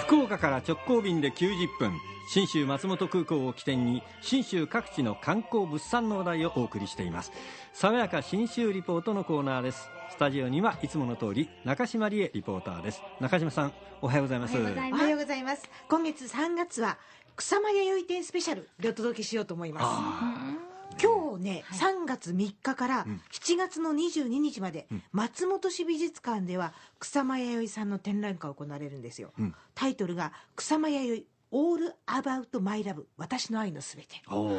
福岡から直行便で90分、信州松本空港を起点に信州各地の観光物産の話題をお送りしています。爽やか信州リポートのコーナーです。スタジオにはいつもの通り中島理恵リポーターです。中島さん、おはようございます。 おはようございます。今月3月は草間彌生展スペシャルでお届けしようと思います。今日ね、3月3日から7月の22日まで、松本市美術館では草間彌生さんの展覧会が行われるんですよ。タイトルが草間彌生オールアバウトマイラブ、私の愛のすべて。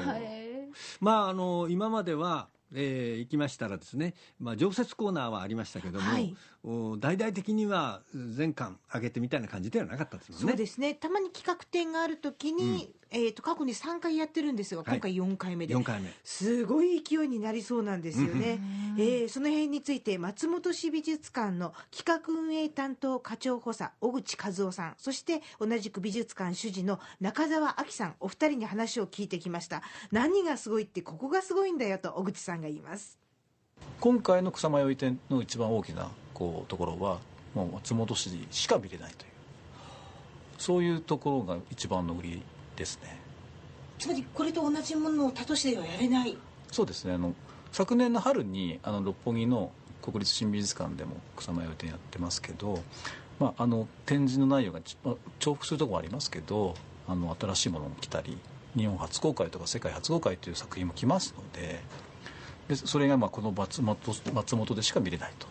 今までは行きましたらですね、常設コーナーはありましたけども、大々的には全館上げてみたいな感じではなかったですもんね。 そうですね。たまに企画展があるときに、過去に3回やってるんですが、今回4回目で、すごい勢いになりそうなんですよね。その辺について松本市美術館の企画運営担当課長補佐小口和夫さん、そして同じく美術館主事の中澤亜希さん、お二人に話を聞いてきました。何がすごいって、ここがすごいんだよと小口さんが言います。 今回の草間彌生展の一番大きなところは、もう松本市しか見れないという、そういうところが一番の売りですね。 つまりこれと同じものを他都市ではやれない。そうですね。 昨年の春に六本木の国立新美術館でも草間彌生展やってますけど、展示の内容が重複するところもありますけど、新しいものも来たり、日本初公開とか世界初公開という作品も来ますので、それがこの松本でしか見れないと。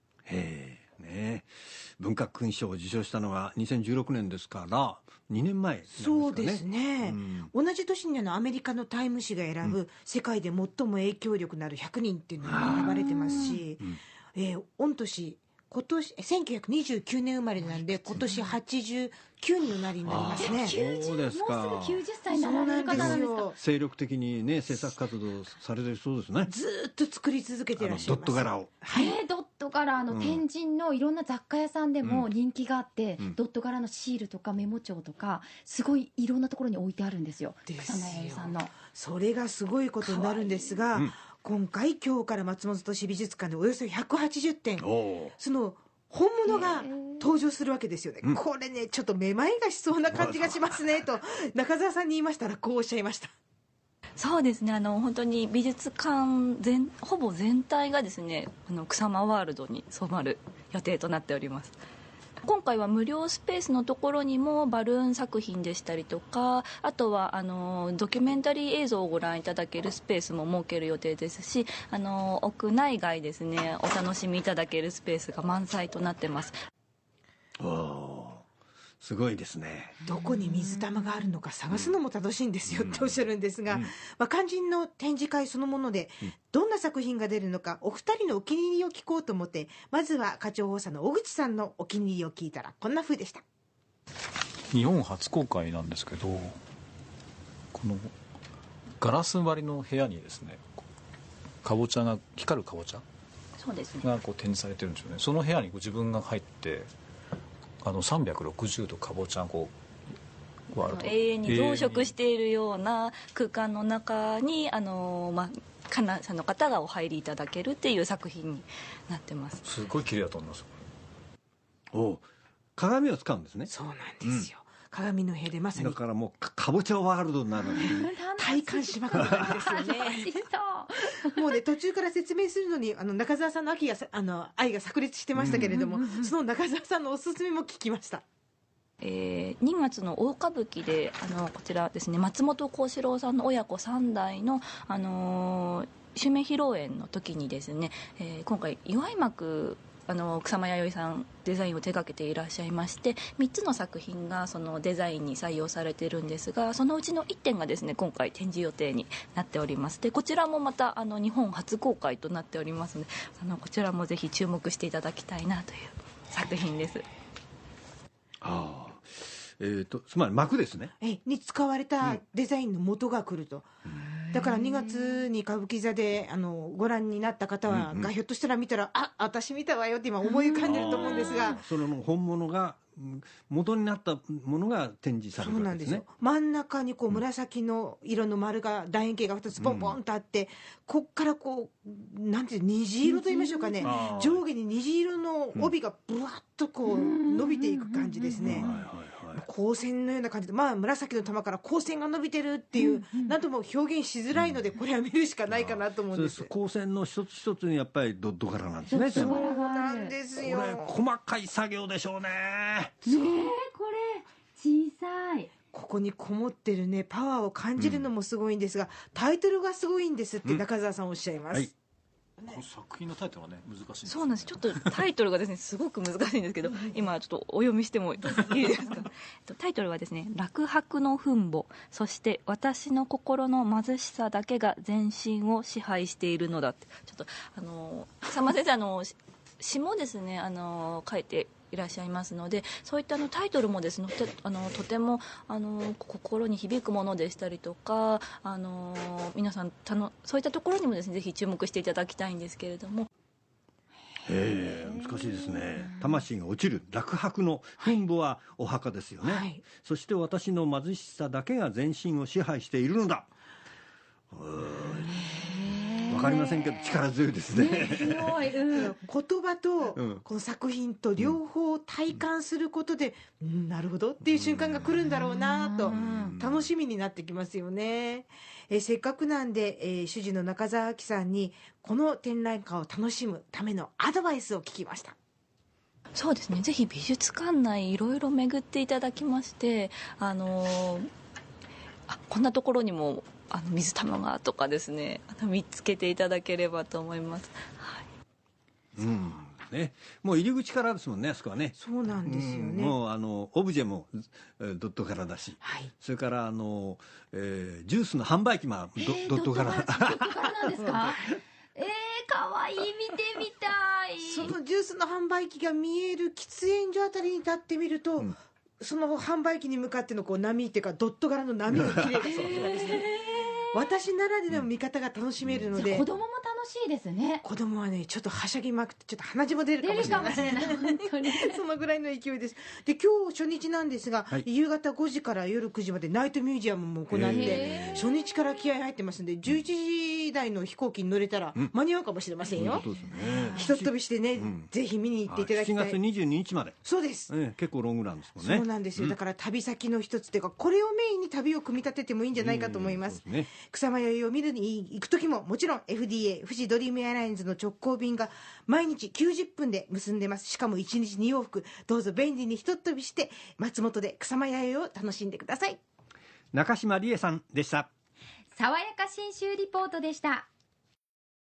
文化勲章を受賞したのが2016年ですから2年前なんですかね。 そうですね、同じ年にアメリカのタイム誌が選ぶ世界で最も影響力のある100人っていうのに選ばれてますし、御年今年1929年生まれなんで、今年89におなりになりますね。 そうですか。 もうすぐ90歳になられる方なんですか。 精力的にね、制作活動されてるそうですね。 ずっと作り続けていらっしゃいます。 ドット柄を。 ドット柄天神のいろんな雑貨屋さんでも人気があって、ドット柄のシールとかメモ帳とかすごいいろんなところに置いてあるんですよ。草間彌生さんの。それがすごいことになるんですが、今日から松本市美術館でおよそ180点、その本物が登場するわけですよね。これね、ちょっとめまいがしそうな感じがしますねと中澤さんに言いましたらこうおっしゃいました。 そうですね、本当に美術館ほぼ全体がですね、草間ワールドに染まる予定となっております。今回は無料スペースのところにもバルーン作品でしたりとか、あとはドキュメンタリー映像をご覧いただけるスペースも設ける予定ですし、屋内外ですね、お楽しみいただけるスペースが満載となってます。 すごいですね。 どこに水玉があるのか探すのも楽しいんですよっておっしゃるんですが、肝心の展示会そのものでどんな作品が出るのか、お二人のお気に入りを聞こうと思って、まずは課長補佐の小口さんのお気に入りを聞いたらこんな風でした。 日本初公開なんですけど、このガラス張りの部屋にですね、かぼちゃが、光るかぼちゃが展示されてるんですよね。その部屋に自分が入って360度かぼちゃが永遠に増殖しているような空間の中に観覧者の方がお入りいただけるっていう作品になってます。 すごい綺麗だと思います。 鏡を使うんですね。 そうなんですよ、鏡の部屋でまさにだからもうかぼちゃワールドになる体感しまくる感じですよねもうね、途中から説明するのに中澤さんの愛が炸裂してましたけれども、その中澤さんのおすすめも聞きました。 2月の大歌舞伎でこちらですね、松本幸四郎さんの親子3代の襲名披露宴の時にですね、今回祝い幕草間彌生さんデザインを手掛けていらっしゃいまして、3つの作品がそのデザインに採用されているんですが、そのうちの1点がですね、今回展示予定になっております。でこちらもまた日本初公開となっておりますので、こちらもぜひ注目していただきたいなという作品です。 つまり幕ですねに使われたデザインの元が来ると、だから2月に歌舞伎座でご覧になった方は、がひょっとしたら見たら私見たわよって今思い浮かんでると思うんですが、 その本物が元になったものが展示されるわけですね。 そうなんですよ。真ん中に紫の色の丸が楕円形が2つポンポンとあって、こっからなんて虹色と言いましょうかね、上下に虹色の帯がぶわっとこう伸びていく感じですね。光線のような感じで、紫の玉から光線が伸びてるっていう、なんとも表現しづらいので、これは見るしかないかなと思うんです。 光線の一つ一つにやっぱりドット柄なんですね。 そうなんですよ。 これ細かい作業でしょうね。 これ小さい。 ここにこもってるねパワーを感じるのもすごいんですが、タイトルがすごいんですって中澤さんおっしゃいます。 この作品のタイトルはね難しいんですね。 そうなんです。ちょっとタイトルがですねすごく難しいんですけど今ちょっとお読みしてもいいですか。タイトルはですね、落白の墳墓、そして私の心の貧しさだけが全身を支配しているのだって。ちょっと草間先生詩もですね書いていらっしゃいますので、そういったタイトルもですねとても心に響くものでしたりとか皆さんそういったところにもですねぜひ注目していただきたいんですけれども。 難しいですね。魂が落ちる落白の墳墓はお墓ですよね、そして私の貧しさだけが全身を支配しているのだ。わかりませんけど力強いですね。 言葉とこの作品と両方体感することで、なるほどっていう瞬間が来るんだろうなと楽しみになってきますよね。せっかくなんで、主事の中澤亜希さんにこの展覧会を楽しむためのアドバイスを聞きました。 そうですね、ぜひ美術館内いろいろ巡っていただきましてこんなところにも水玉がとかですね見つけていただければと思います。 もう入り口からですもんね、あそこはね。 そうなんですよね。 もうオブジェもドット柄だし、それからジュースの販売機もドット柄。 ドット柄なんですか。かわいい、見てみたい。 そのジュースの販売機が見える喫煙所あたりに立ってみると、その販売機に向かってのこう波っていうかドット柄の波が綺麗だそうですね。私ならでの見方が楽しめるので、 子供も楽しいですね。 子供はねちょっとはしゃぎまくってちょっと鼻血も出るかもしれない本当にそのぐらいの勢いです。で今日初日なんですが、夕方5時から夜9時までナイトミュージアムも行って初日から気合入ってますんで、11時台の飛行機に乗れたら間に合うかもしれませんよ。ひとっ飛びしてね、ぜひ見に行っていただきたい。 7月22日まで。 そうです、 結構ロングなんですもんね。 そうなんですよ、だから旅先の一つっていうかこれをメインに旅を組み立ててもいいんじゃないかと思います。草間彌生を見るに行く時ももちろん FDA 富士ドリームエアラインズの直行便が毎日90分で結んでます。しかも1日2往復、どうぞ便利にひとっ飛びして松本で草間彌生を楽しんでください。 中島理恵さんでした。 爽やか信州リポートでした。